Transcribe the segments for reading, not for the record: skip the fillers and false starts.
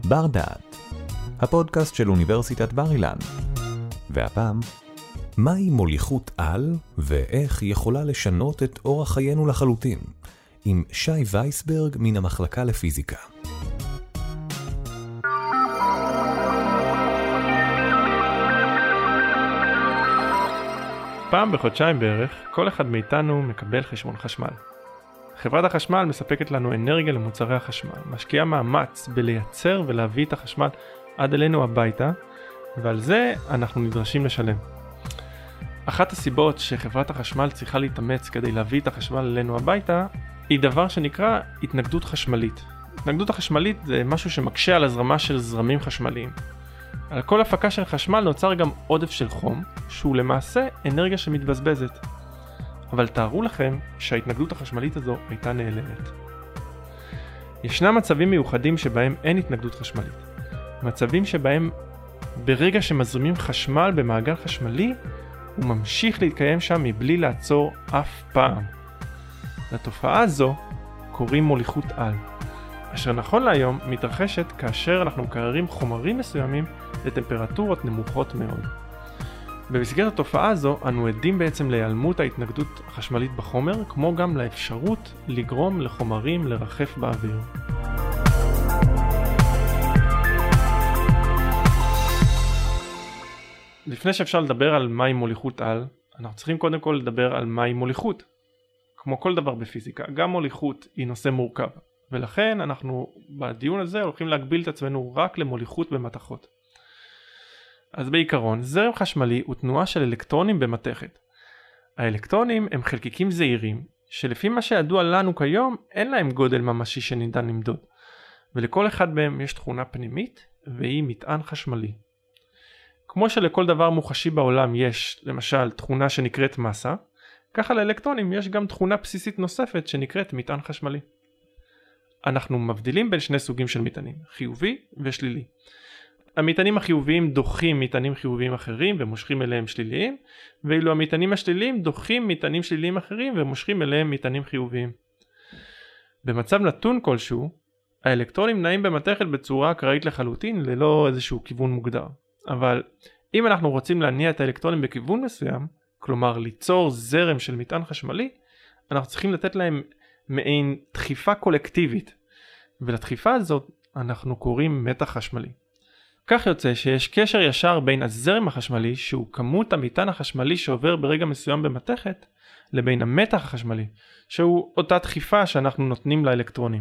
בר דעת, הפודקאסט של אוניברסיטת בר אילן. והפעם, מהי מוליכות על ואיך היא יכולה לשנות את אורח חיינו לחלוטין, עם שי וייסברג מן המחלקה לפיזיקה. פעם בחודשיים בערך, כל אחד מאיתנו מקבל חשבון חשמל. חברת החשמל מספקת לנו אנרגיה למוצרי החשמל, משקיעה מאמץ בלייצר ולהביא את החשמל עד אלינו הביתה, ועל זה אנחנו נדרשים לשלם. אחת הסיבות שחברת החשמל צריכה להתאמץ כדי להביא את החשמל אלינו הביתה, היא דבר שנקרא התנגדות חשמלית. התנגדות החשמלית זה משהו שמקשה על הזרמה של זרמים חשמליים. על כל הפקה של חשמל נוצר גם עודף של חום, שהוא למעשה אנרגיה שמתבזבזת. אבל תארו לכם שההתנגדות החשמלית הזו הייתה נעלמת. ישנם מצבים מיוחדים שבהם אין התנגדות חשמלית. מצבים שבהם ברגע שמזרימים חשמל במעגל חשמלי, הוא ממשיך להתקיים שם מבלי לעצור אף פעם. לתופעה הזו קוראים מוליכות על, אשר נכון להיום מתרחשת כאשר אנחנו מקררים חומרים מסוימים לטמפרטורות נמוכות מאוד. במסגרת התופעה הזו אנו עדים בעצם להיעלמות ההתנגדות החשמלית בחומר, כמו גם לאפשרות לגרום לחומרים לרחף באוויר. לפני שאפשר לדבר על מהי מוליכות על, אנחנו צריכים קודם כל לדבר על מהי מוליכות. כמו כל דבר בפיזיקה, גם מוליכות היא נושא מורכב, ולכן אנחנו בדיון הזה הולכים להגביל את עצמנו רק למוליכות במתכות. אז בעיקרון, זרם חשמלי הוא תנועה של אלקטרונים במתכת. האלקטרונים הם חלקיקים זעירים, שלפי מה שידוע לנו כיום, אין להם גודל ממשי שניתן למדוד. ולכל אחד מהם יש תכונה פנימית, והיא מטען חשמלי. כמו שלכל דבר מוחשי בעולם יש, למשל, תכונה שנקראת מסה, ככה לאלקטרונים יש גם תכונה בסיסית נוספת שנקראת מטען חשמלי. אנחנו מבדילים בין שני סוגים של מטענים, חיובי ושלילי. המטענים החיוביים דוחים מטענים חיוביים אחרים ומושכים אליהם שליליים, ואילו המטענים השליליים דוחים מטענים שליליים אחרים ומושכים אליהם מטענים חיוביים. במצב נתון כלשהו, האלקטרונים נעים במתכת בצורה אקראית לחלוטין ללא איזשהו כיוון מוגדר. אבל אם אנחנו רוצים להניע את האלקטרונים בכיוון מסוים, כלומר ליצור זרם של מטען חשמלי, אנחנו צריכים לתת להם מעין דחיפה קולקטיבית, ולדחיפה הזאת אנחנו קוראים מתח חשמלי. כך יוצא שיש קשר ישר בין הזרם החשמלי, שהוא כמות המטען החשמלי שעובר ברגע מסוים במתכת, לבין המתח החשמלי, שהוא אותה דחיפה שאנחנו נותנים לאלקטרונים.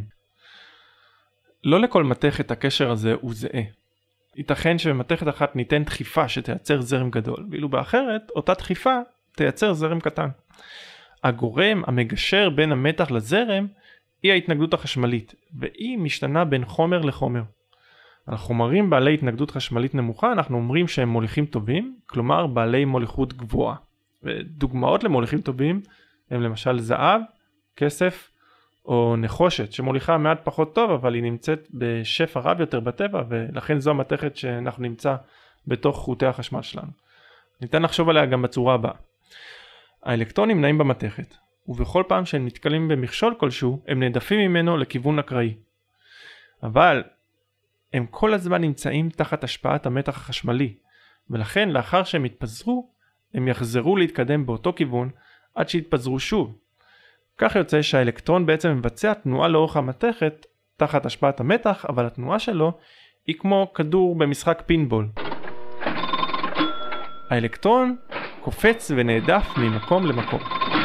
לא לכל מתכת הקשר הזה הוא זהה. ייתכן שבמתכת אחת ניתן דחיפה שתייצר זרם גדול, ואילו באחרת אותה דחיפה תייצר זרם קטן. הגורם המגשר בין המתח לזרם היא ההתנגדות החשמלית, והיא משתנה בין חומר לחומר. על חומרים בעלי התנגדות חשמלית נמוכה אנחנו אומרים שהם מוליכים טובים, כלומר בעלי מוליכות גבוהה. ודוגמאות למוליכים טובים הם למשל זהב, כסף או נחושת, שמוליכה מעט פחות טוב, אבל היא נמצאת בשפע רב יותר בטבע, ולכן זו המתכת שאנחנו נמצא בתוך חוטי החשמל שלנו. ניתן לחשוב עליה גם בצורה הבאה. האלקטרונים נעים במתכת, ובכל פעם שהם נתקלים במכשול כלשהו, הם נעדפים ממנו לכיוון אקראי. אבל הם כל הזמן נמצאים תחת השפעת המתח החשמלי, ולכן לאחר שהם יתפזרו, הם יחזרו להתקדם באותו כיוון עד שיתפזרו שוב. כך יוצא שהאלקטרון בעצם מבצע תנועה לאורך המתכת תחת השפעת המתח, אבל התנועה שלו היא כמו כדור במשחק פינבול. האלקטרון קופץ ונעדף ממקום למקום.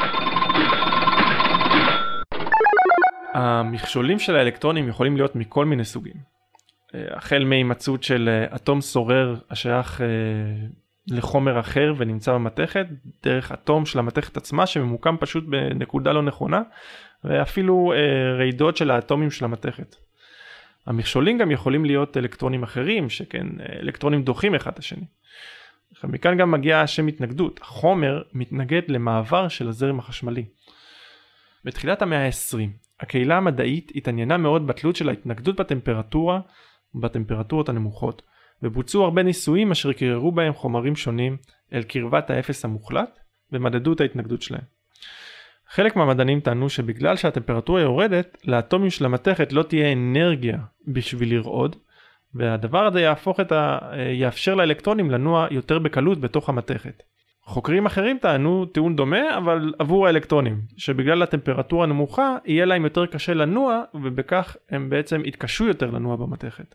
המכשולים של האלקטרונים יכולים להיות מכל מיני סוגים. החל מהימצאות של אטום סורר השייך לחומר אחר ונמצא במתכת, דרך אטום של המתכת עצמה שממוקם פשוט בנקודה לא נכונה, ואפילו רעידות של האטומים של המתכת. המכשולים גם יכולים להיות אלקטרונים אחרים, שכן אלקטרונים דוחים אחד את השני. מכאן גם מגיעה השם התנגדות. החומר מתנגד למעבר של הזרם החשמלי. בתחילת המאה ה-20, הקהילה המדעית התעניינה מאוד בתלות של ההתנגדות בטמפרטורה ובטמפרטורות הנמוכות, ובוצעו הרבה ניסויים אשר קיררו בהם חומרים שונים אל קרבת האפס המוחלט, ומדדו את ההתנגדות שלהם. חלק מהמדענים טענו שבגלל שהטמפרטורה יורדת, לאטומים של המתכת לא תהיה אנרגיה בשביל לרעוד, והדבר הזה יאפשר לאלקטרונים לנוע יותר בקלות בתוך המתכת. חוקרים אחרים טענו טיעון דומה, אבל עבור האלקטרונים, שבגלל הטמפרטורה נמוכה יהיה להם יותר קשה לנוע, ובכך הם בעצם יתקשו יותר לנוע במתכת.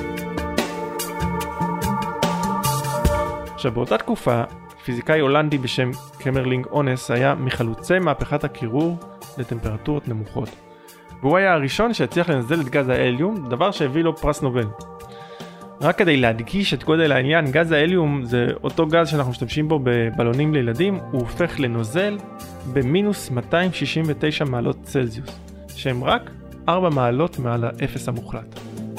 עכשיו באותה תקופה, פיזיקאי הולנדי בשם קמרלינג אונס היה מחלוצי מהפכת הקירור לטמפרטורות נמוכות. והוא היה הראשון שהצליח לנזל את גז ההליום, דבר שהביא לו פרס נובל. רק כדי להדגיש את גודל העניין, גז ההליום זה אותו גז שאנחנו משתמשים בו בבלונים לילדים, הוא הופך לנוזל במינוס 269 מעלות צלזיוס, שהם רק 4 מעלות מעל האפס המוחלט.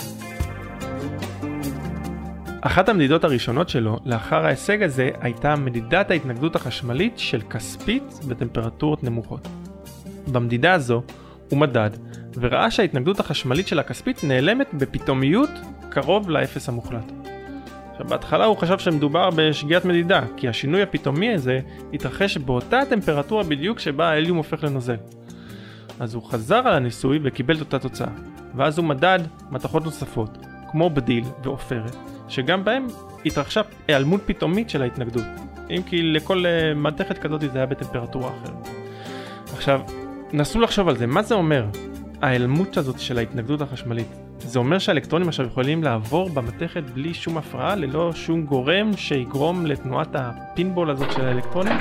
אחת המדידות הראשונות שלו לאחר ההישג הזה הייתה מדידת ההתנגדות החשמלית של כספית בטמפרטורות נמוכות. במדידה הזו הוא מדד וראה שההתנגדות החשמלית של הכספית נעלמת בפתאומיות קרוב לאפס המוחלט. עכשיו בהתחלה הוא חשב שמדובר בשגיאת מדידה, כי השינוי הפתאומי הזה התרחש באותה טמפרטורה בדיוק שבה ההליום הופך לנוזל. אז הוא חזר על הניסוי וקיבל את אותה תוצאה, ואז הוא מדד מתכות נוספות כמו בדיל ועופרת, שגם בהם התרחשה היעלמות פתאומית של ההתנגדות, אם כי לכל מתכת כזאת זה היה בטמפרטורה אחרת. עכשיו נסו לחשוב על זה, מה זה אומר ההיעלמות הזאת של ההתנגדות החשמלית? זה אומר שהאלקטרונים עכשיו יכולים לעבור במתכת בלי שום הפרעה, ללא שום גורם שיגרום לתנועת הפינבול הזאת של האלקטרונים?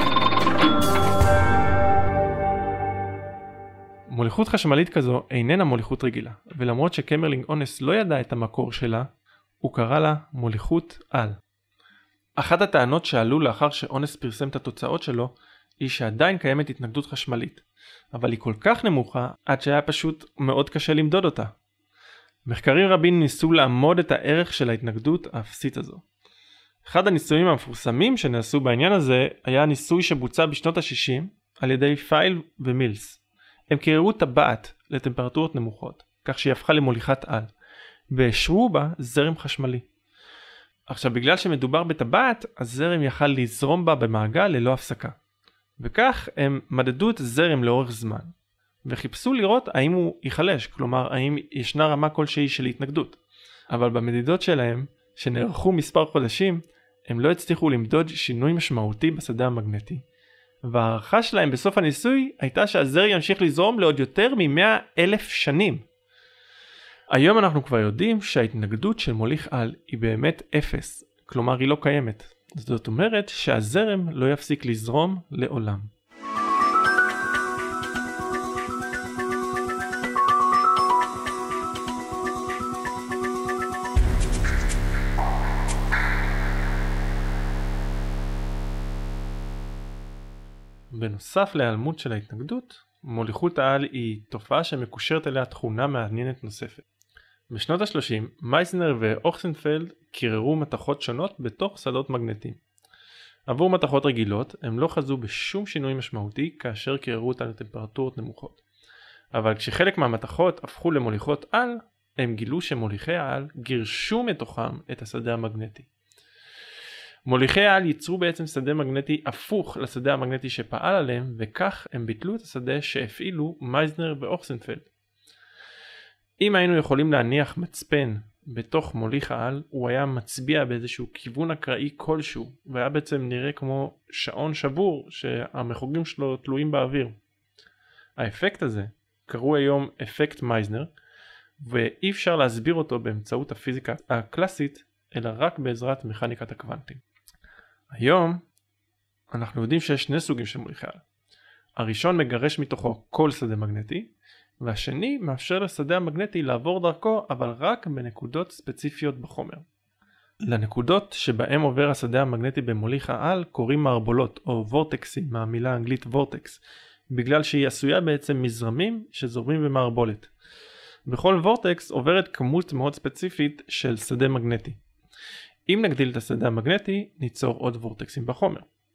מוליכות חשמלית כזו איננה מוליכות רגילה, ולמרות שקמרלינג אונס לא ידע את המקור שלה, הוא קרא לה מוליכות על. אחת הטענות שעלו לאחר שאונס פרסם את התוצאות שלו, היא שעדיין קיימת התנגדות חשמלית, אבל היא כל כך נמוכה עד שהיה פשוט מאוד קשה למדוד אותה. מחקרים רבים ניסו לעמוד את הערך של ההתנגדות האפסית הזו. אחד הניסויים המפורסמים שנעשו בעניין הזה היה ניסוי שבוצע בשנות ה-60 על ידי פייל ומילס. הם קיררו טבעת לטמפרטורות נמוכות, כך שהיא הפכה למוליכת על, והשרו בה זרם חשמלי. עכשיו בגלל שמדובר בטבעת, הזרם יכל לזרום בה במעגל ללא הפסקה. וכך הם מדדו את הזרם לאורך זמן, וחיפשו לראות האם הוא ייחלש, כלומר האם ישנה רמה כלשהי של התנגדות. אבל במדידות שלהם, שנערכו מספר חודשים, הם לא הצליחו למדוד שינוי משמעותי בשדה המגנטי. והערכה שלהם בסוף הניסוי הייתה שהזרם ימשיך לזרום לעוד יותר מ-100,000 שנים. היום אנחנו כבר יודעים שההתנגדות של מוליך על היא באמת אפס, כלומר היא לא קיימת. זאת אומרת שהזרם לא יפסיק לזרום לעולם. בנוסף להיעלמות של ההתנגדות, מוליכות העל היא תופעה שמקושרת אליה תכונה מעניינת נוספת. בשנות ה-30, מייזנר ואוכסנפלד קיררו מתכות שונות בתוך שדות מגנטיים. עבור מתכות רגילות, הם לא חזו בשום שינוי משמעותי כאשר קיררו אותן לטמפרטורות נמוכות. אבל כשחלק מהמתכות הפכו למוליכות על, הם גילו שמוליכי העל גירשו מתוכם את השדה המגנטי. מוליכי העל ייצרו בעצם שדה מגנטי הפוך לשדה המגנטי שפעל עליהם, וכך הם ביטלו את השדה שהפעילו מייזנר ואוכסנפלד. אם היינו יכולים להניח מצפן בתוך מוליך העל, הוא היה מצביע באיזשהו כיוון אקראי כלשהו, והיה בעצם נראה כמו שעון שבור שהמחוגים שלו תלויים באוויר. האפקט הזה קראו היום אפקט מייזנר, ואי אפשר להסביר אותו באמצעות הפיזיקה הקלאסית, אלא רק בעזרת מכניקת הקוונטים. היום אנחנו יודעים שיש שני סוגים של מוליכי העל. הראשון מגרש מתוכו כל שדה מגנטי, והשני מאפשר לשדה המגנטי לעבור דרכו, אבל רק בנקודות ספציפיות בחומר. לנקודות שבהם עובר השדה המגנטי במוליך העל קוראים מערבולות או וורטקסים, מהמילה האנגלית וורטקס, בגלל שהיא עשויה בעצם מזרמים שזורמים במערבולת. בכל וורטקס עוברת כמות מאוד ספציפית של שדה מגנטי. אם נגדיל את השדה המגנטי, ניצור עוד וורטקסים בחומר.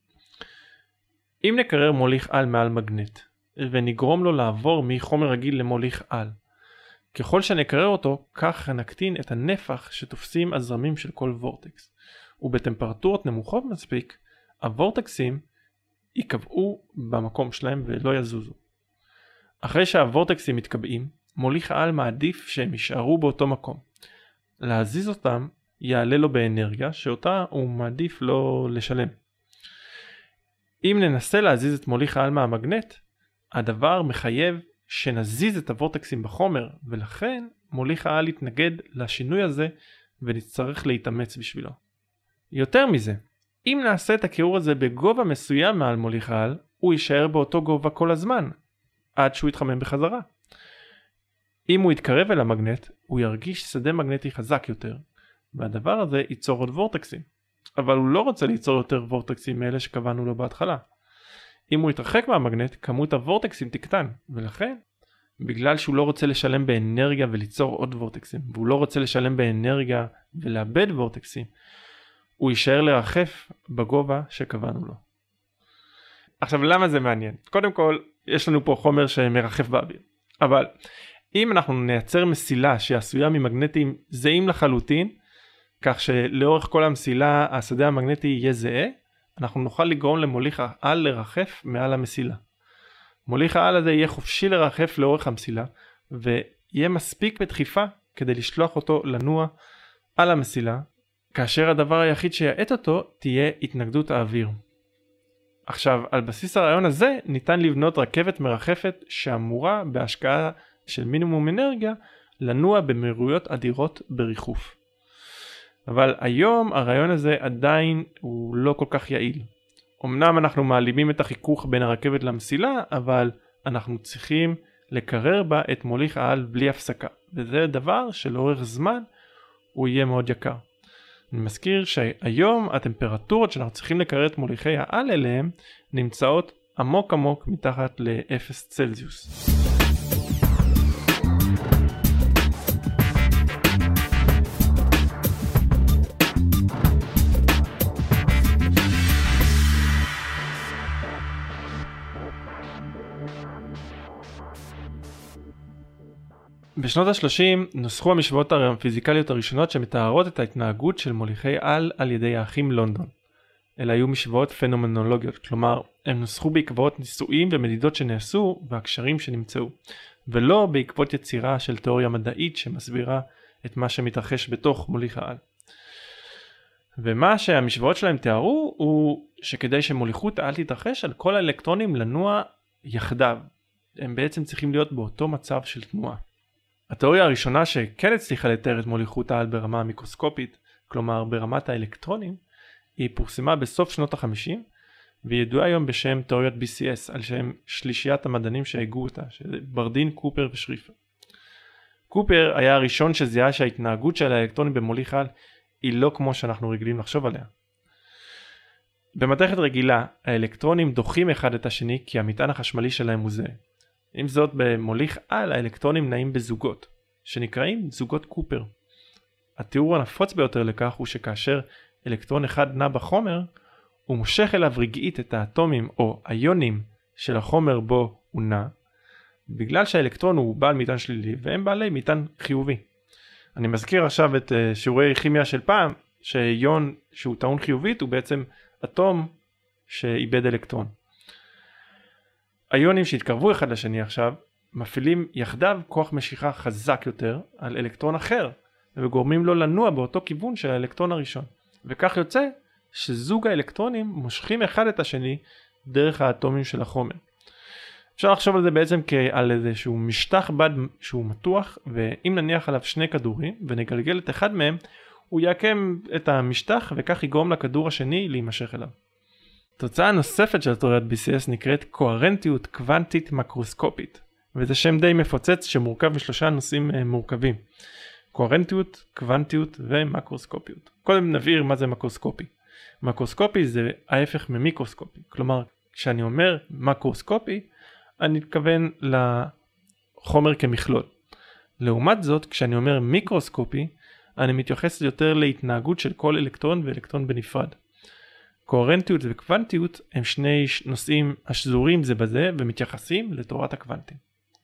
אם נקרר מוליך על מעל מגנט, ונגרום לו לעבור מחומר רגיל למוליך על, ככל שנקרר אותו, כך נקטין את הנפח שתופסים הזרמים של כל וורטקס. ובטמפרטורות נמוכות מספיק, הוורטקסים יקבעו במקום שלהם ולא יזוזו. אחרי שהוורטקסים מתקבעים, מוליך העל מעדיף שהם יישארו באותו מקום. להזיז אותם יעלה לו באנרגיה שאותה הוא מעדיף לא לשלם. אם ננסה להזיז את מוליך העל מהמגנט, הדבר מחייב שנזיז את הוורטקסים בחומר, ולכן מוליך העל יתנגד לשינוי הזה ונצטרך להתאמץ בשבילו. יותר מזה, אם נעשה את הקירור הזה בגובה מסוים מעל מוליך העל, הוא יישאר באותו גובה כל הזמן, עד שהוא יתחמם בחזרה. אם הוא יתקרב אל המגנט, הוא ירגיש שדה מגנטי חזק יותר, והדבר הזה ייצור עוד וורטקסים. אבל הוא לא רוצה ליצור יותר וורטקסים מאלה שקבענו לו בהתחלה. אם הוא יתרחק מהמגנט, כמות הוורטקסים תקטן, ולכן, בגלל שהוא לא רוצה לשלם באנרגיה וליצור עוד וורטקסים, והוא לא רוצה לשלם באנרגיה ולאבד וורטקסים, הוא יישאר לרחף בגובה שקבענו לו. עכשיו, למה זה מעניין? קודם כל, יש לנו פה חומר שמרחף באוויר. אבל אם אנחנו נייצר מסילה שעשויה ממגנטים זהים לחלוטין, כך שלאורך כל המסילה השדה המגנטי יהיה זהה, אנחנו נוכל לגרום למוליך העל לרחף מעל המסילה. מוליך העל הזה יהיה חופשי לרחף לאורך המסילה, ויהיה מספיק בדחיפה כדי לשלוח אותו לנוע על המסילה, כאשר הדבר היחיד שיעט אותו תהיה התנגדות האוויר. עכשיו, על בסיס הרעיון הזה ניתן לבנות רכבת מרחפת שאמורה בהשקעה של מינימום אנרגיה לנוע במהירויות אדירות בריחוף. אבל היום הרעיון הזה עדיין הוא לא כל כך יעיל. אמנם אנחנו מעלימים את החיכוך בין הרכבת למסילה, אבל אנחנו צריכים לקרר בה את מוליך העל בלי הפסקה, וזה דבר שלאורך זמן הוא יהיה מאוד יקר. אני מזכיר שהיום הטמפרטורות שאנחנו צריכים לקרר את מוליכי העל אליהם נמצאות עמוק עמוק מתחת ל-0 צלזיוס. בשנות ה-30 נוסחו המשוואות הפיזיקליות הראשונות שמתארות את ההתנהגות של מוליכי על על ידי האחים לונדון. אלה היו משוואות פנומנולוגיות, כלומר הם נוסחו בעקבות ניסויים ומדידות שנעשו והקשרים שנמצאו, ולא בעקבות יצירה של תיאוריה מדעית שמסבירה את מה שמתרחש בתוך מוליך העל. ומה שהמשוואות שלהם תיארו הוא שכדי שמוליכות העל תתרחש על כל האלקטרונים לנוע יחדיו. הם בעצם צריכים להיות באותו מצב של תנועה. התיאוריה הראשונה שכן הצליחה לתאר את מוליכות העל ברמה המיקרוסקופית, כלומר ברמת האלקטרונים, היא פורסמה בסוף שנות ה-50, והיא ידועה היום בשם תיאוריית BCS, על שם שלישיית המדענים שהגו אותה, ברדין, קופר ושריפר. קופר היה הראשון שזיהה שההתנהגות של האלקטרונים במוליך העל היא לא כמו שאנחנו רגילים לחשוב עליה. במתכת רגילה, האלקטרונים דוחים אחד את השני כי המטען החשמלי שלהם הוא זהה. עם זאת, במוליך על האלקטרונים נעים בזוגות, שנקראים זוגות קופר. התיאור הנפוץ ביותר לכך הוא שכאשר אלקטרון אחד נע בחומר, הוא מושך אליו רגעית את האטומים או איונים של החומר בו הוא נע, בגלל שהאלקטרון הוא בעל מטען שלילי והם בעלי מטען חיובי. אני מזכיר עכשיו את שיעורי כימיה של פעם, שאיון שהוא טעון חיובית הוא בעצם אטום שאיבד אלקטרון. האיונים שהתקרבו אחד לשני עכשיו מפעילים יחדיו כוח משיכה חזק יותר על אלקטרון אחר וגורמים לו לנוע באותו כיוון של האלקטרון הראשון, וכך יוצא שזוג האלקטרונים מושכים אחד את השני דרך האטומים של החומר. אפשר לחשוב על זה בעצם כעל איזשהו משטח בד שהוא מתוח, ואם נניח עליו שני כדורים ונגלגל את אחד מהם, הוא יעקם את המשטח וכך יגרום לכדור השני להימשך אליו. תוצאה נוספת של תיאוריית BCS נקראת קוהרנטיות קוונטית מקרוסקופית, וזה שם די מפוצץ שמורכב משלושה נושאים מורכבים: קוהרנטיות, קוונטיות ומקרוסקופיות. קודם נבהיר מה זה מקרוסקופי. מקרוסקופי זה ההפך ממיקרוסקופי, כלומר כשאני אומר מקרוסקופי אני מתכוון לחומר כמכלול. לעומת זאת, כשאני אומר מיקרוסקופי אני מתייחס יותר להתנהגות של כל אלקטרון ואלקטרון בנפרד. קוהרנטיות וקוונטיות הם שני נושאים השזורים זה בזה ומתייחסים לתורת הקוונטים.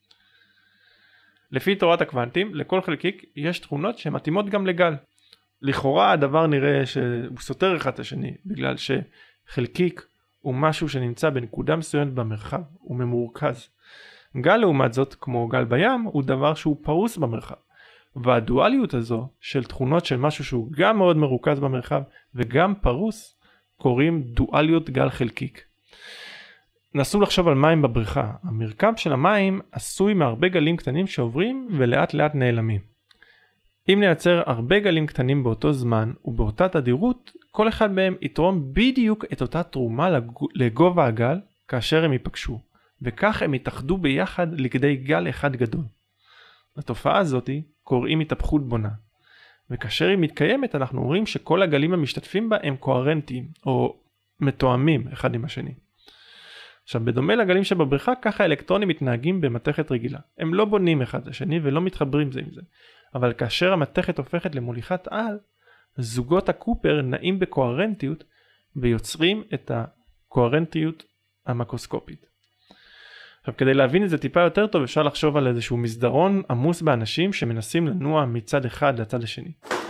לפי תורת הקוונטים, לכל חלקיק יש תכונות שמתאימות גם לגל. לכאורה הדבר נראה שהוא סותר אחד את השני, בגלל שחלקיק הוא משהו שנמצא בנקודה מסוימת במרחב, הוא ממורכז. גל לעומת זאת, כמו גל בים, הוא דבר שהוא פרוס במרחב. והדואליות הזו של תכונות של משהו שהוא גם מאוד מרוכז במרחב וגם פרוס, קוראים דואליות גל חלקיק. נסו לחשוב על מים בבריכה. המרקם של המים עשוי מהרבה גלים קטנים שעוברים ולאט לאט נעלמים. אם נייצר הרבה גלים קטנים באותו זמן ובאותה תדירות, כל אחד מהם יתרום בדיוק את אותה תרומה לגובה הגל כאשר הם ייפגשו, וכך הם יתאחדו ביחד לכדי גל אחד גדול. לתופעה הזאת קוראים התהפכות בונה, וכאשר היא מתקיימת אנחנו רואים שכל הגלים המשתתפים בה הם קוהרנטיים או מתואמים אחד עם השני. עכשיו, בדומה לגלים שבבריכה, ככה האלקטרונים מתנהגים במתכת רגילה. הם לא בונים אחד לשני ולא מתחברים זה עם זה. אבל כאשר המתכת הופכת למוליכת על, זוגות הקופר נעים בקוהרנטיות ויוצרים את הקוהרנטיות המקרוסקופית. עכשיו, כדי להבין את זה טיפה יותר טוב, אפשר לחשוב על איזשהו מסדרון עמוס באנשים שמנסים לנוע מצד אחד לצד השני.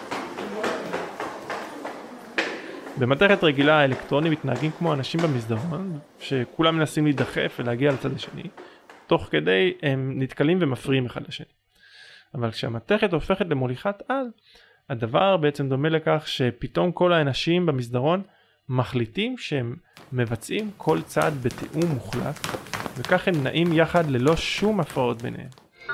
במתכת רגילה האלקטרונים מתנהגים כמו אנשים במסדרון, שכולם מנסים להידחף ולהגיע לצד השני, תוך כדי הם נתקלים ומפריעים אחד לשני. אבל כשהמתכת הופכת למוליכת על, הדבר בעצם דומה לכך שפתאום כל האנשים במסדרון מחליטים שהם מבצעים כל צעד בתיאום מוחלט, וכך הם נעים יחד ללא שום הפרעות ביניהם.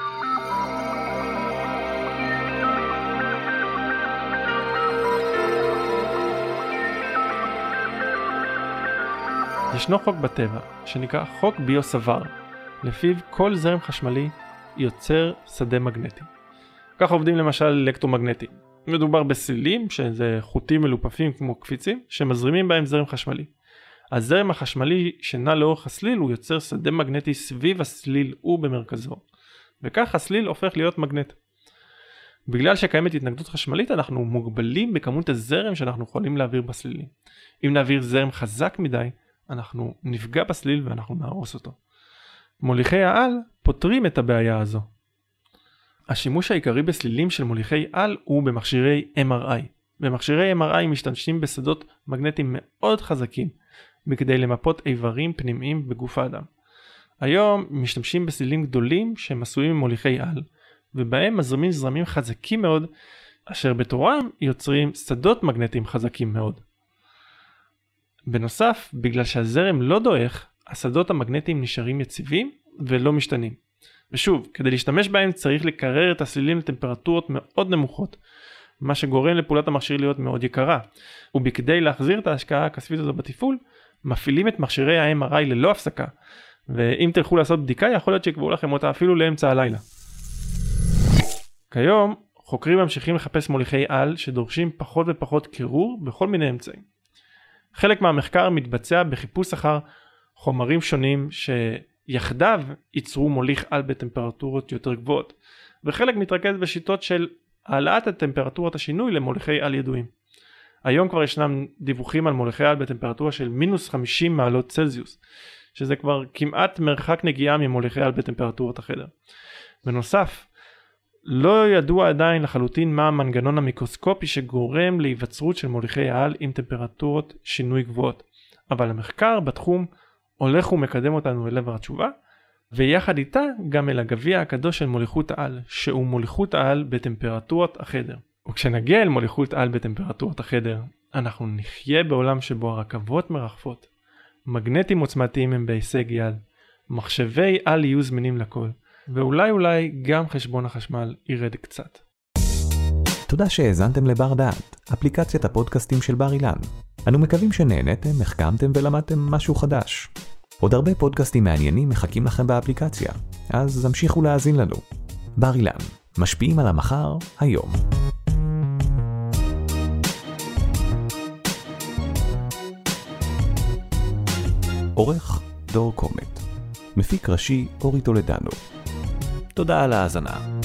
ישנו חוק בטבע שנקרא חוק ביו-סבר, לפיו כל זרם חשמלי יוצר שדה מגנטי. כך עובדים למשל אלקטרומגנטים. מדובר בסלילים, שזה חוטים מלופפים כמו קפיצים, שמזרימים בהם זרם חשמלי. הזרם החשמלי שנע לאורך הסליל הוא יוצר שדה מגנטי סביב הסליל ובמרכזו, וכך הסליל הופך להיות מגנט. בגלל שקיימת התנגדות חשמלית אנחנו מוגבלים בכמות הזרם שאנחנו יכולים להעביר בסלילים. אם נעביר זרם חזק מדי, אנחנו נפגע בסליל ואנחנו נהרוס אותו. מוליכי העל פותרים את הבעיה הזו. השימוש העיקרי בסלילים של מוליכי על הוא במכשירי MRI. במכשירי MRI משתמשים בשדות מגנטיים מאוד חזקים, בכדי למפות איברים פנימיים בגוף האדם. היום משתמשים בסלילים גדולים שהם עשויים ממוליכי על, ובהם מזרימים זרמים חזקים מאוד, אשר בתורם יוצרים שדות מגנטיים חזקים מאוד. בנוסף, בגלל שהזרם לא דועך, השדות המגנטיים נשארים יציבים ולא משתנים. ושוב, כדי להשתמש בהם צריך לקרר את הסלילים לטמפרטורות מאוד נמוכות, מה שגורם לפעולת המכשיר להיות מאוד יקרה. ובכדי להחזיר את ההשקעה הכספית הזו בתפעול, מפעילים את מכשירי ה-MRI ללא הפסקה, ואם תלכו לעשות בדיקה יכול להיות שיקבעו לכם אותה אפילו לאמצע הלילה. כיום, חוקרים ממשיכים לחפש מוליכי על שדורשים פחות ופחות קירור בכל מיני אמצעים. חלק מהמחקר מתבצע בחיפוש אחר חומרים שונים שיחדיו ייצרו מוליך על בטמפרטורות יותר גבוהות, וחלק מתרכז בשיטות של העלאת הטמפרטורת השינוי למוליכי על ידועים. היום כבר ישנם דיווחים על מוליכי על בטמפרטורה של מינוס 50 מעלות צלזיוס, שזה כבר כמעט מרחק נגיעה ממוליכי על בטמפרטורת החדר. בנוסף, לא ידוע עדיין לחלוטין מה המנגנון המיקרוסקופי שגורם להיווצרות של מוליכי העל עם טמפרטורות שינוי גבוהות, אבל המחקר בתחום הולך ומקדם אותנו אל עבר התשובה, ויחד איתה גם אל הגביע הקדוש של מוליכות העל, שהוא מוליכות העל בטמפרטורת החדר. וכשנגיע אל מוליכות על בטמפרטורת החדר, אנחנו נחיה בעולם שבו הרכבות מרחפות, מגנטים עוצמתיים הם בהישג יד, מחשבי על יהיו זמינים לכל, ואולי גם חשבון החשמל ירד קצת. תודה שהאזנתם לבר דעת, אפליקציית הפודקאסטים של בר אילן. אנו מקווים שנהנתם, החכמתם ולמדתם משהו חדש. עוד הרבה פודקאסטים מעניינים מחכים לכם באפליקציה, אז המשיכו להאזין לנו. בר אילן, משפיעים על המחר, היום. עורך דור קומט, מפיק ראשי אורי טולדנו. תודה על ההאזנה.